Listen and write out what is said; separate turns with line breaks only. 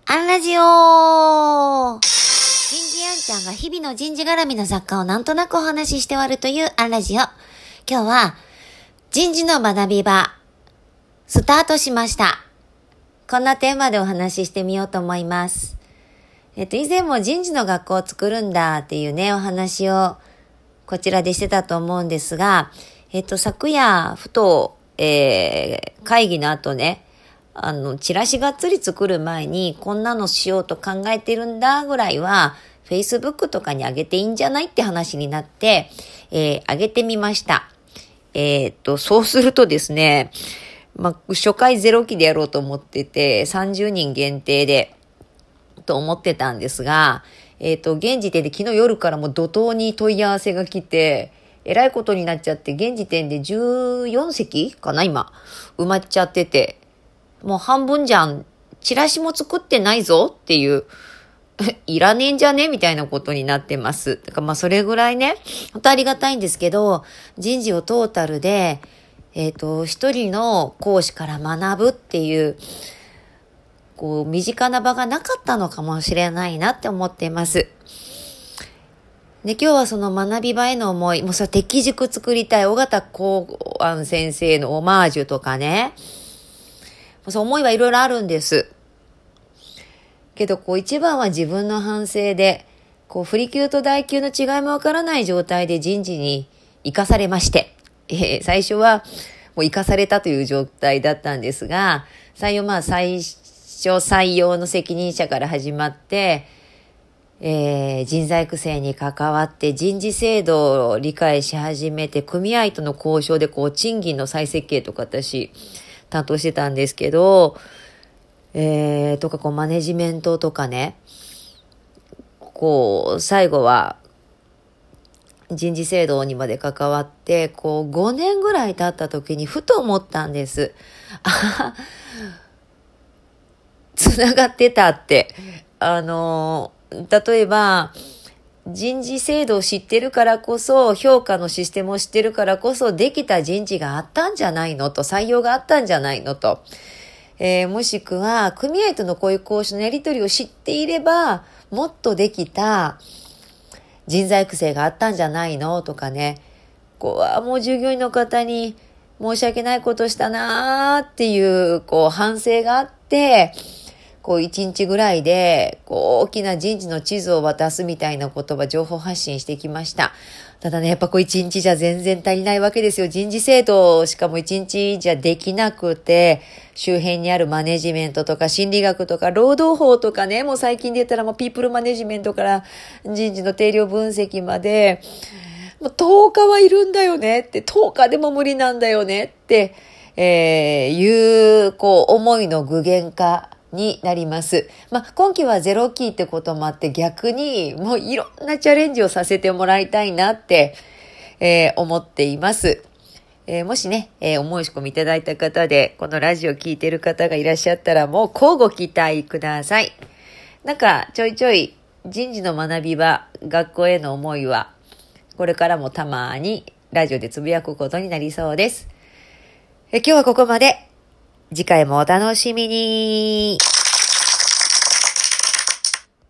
アンラジオ人事アンちゃんが日々の人事絡みの雑貨をなんとなくお話しして終わるというアンラジオ。今日は人事の学び場スタートしました。こんなテーマでお話ししてみようと思います。以前も人事の学校を作るんだっていうね、お話をこちらでしてたと思うんですが、昨夜ふと、会議の後ね、チラシがっつり作る前にこんなのしようと考えてるんだぐらいは Facebook とかに上げていいんじゃないって話になって、上げてみました。そうするとですね、初回0期でやろうと思ってて30人限定でと思ってたんですが、現時点で昨日夜からもう怒涛に問い合わせが来て、えらいことになっちゃって、現時点で14席かな今埋まっちゃってて、もう半分じゃん。チラシも作ってないぞっていう、いらねえんじゃねみたいなことになってます。だからそれぐらいね、本当ありがたいんですけど、人事をトータルで、一人の講師から学ぶっていう、身近な場がなかったのかもしれないなって思っています。で、今日はその学び場への思い、もうそれ敵軸作りたい、尾形公安先生のオマージュとかね、そう思いはいろいろあるんです。けど一番は自分の反省で、不利級と大級の違いもわからない状態で人事に生かされまして、最初はもう生かされたという状態だったんですが、最初採用の責任者から始まって、人材育成に関わって人事制度を理解し始めて、組合との交渉で賃金の再設計とか私担当してたんですけど、マネジメントとかね、最後は人事制度にまで関わって、5年ぐらい経った時にふと思ったんです。つながってたって。例えば、人事制度を知ってるからこそ、評価のシステムを知ってるからこそ、できた人事があったんじゃないのと、採用があったんじゃないのと、もしくは、組合とのこういう交渉のやり取りを知っていれば、もっとできた人材育成があったんじゃないのとかね、もう従業員の方に申し訳ないことしたなーっていう、反省があって、1日ぐらいで、大きな人事の地図を渡すみたいな言葉、情報発信してきました。ただね、やっぱ1日じゃ全然足りないわけですよ。人事制度しかも1日じゃできなくて、周辺にあるマネジメントとか心理学とか労働法とかね、もう最近で言ったらもうピープルマネジメントから人事の定量分析まで、もう10日はいるんだよねって、10日でも無理なんだよねって、いう、思いの具現化になります。今期は0期ってこともあって逆にもういろんなチャレンジをさせてもらいたいなって、思っています。もしね、お申し込みいただいた方でこのラジオ聞いてる方がいらっしゃったらもう乞うご期待ください。ちょいちょい人事の学び場、学校への思いはこれからもたまにラジオでつぶやくことになりそうです。今日はここまで。次回もお楽しみに。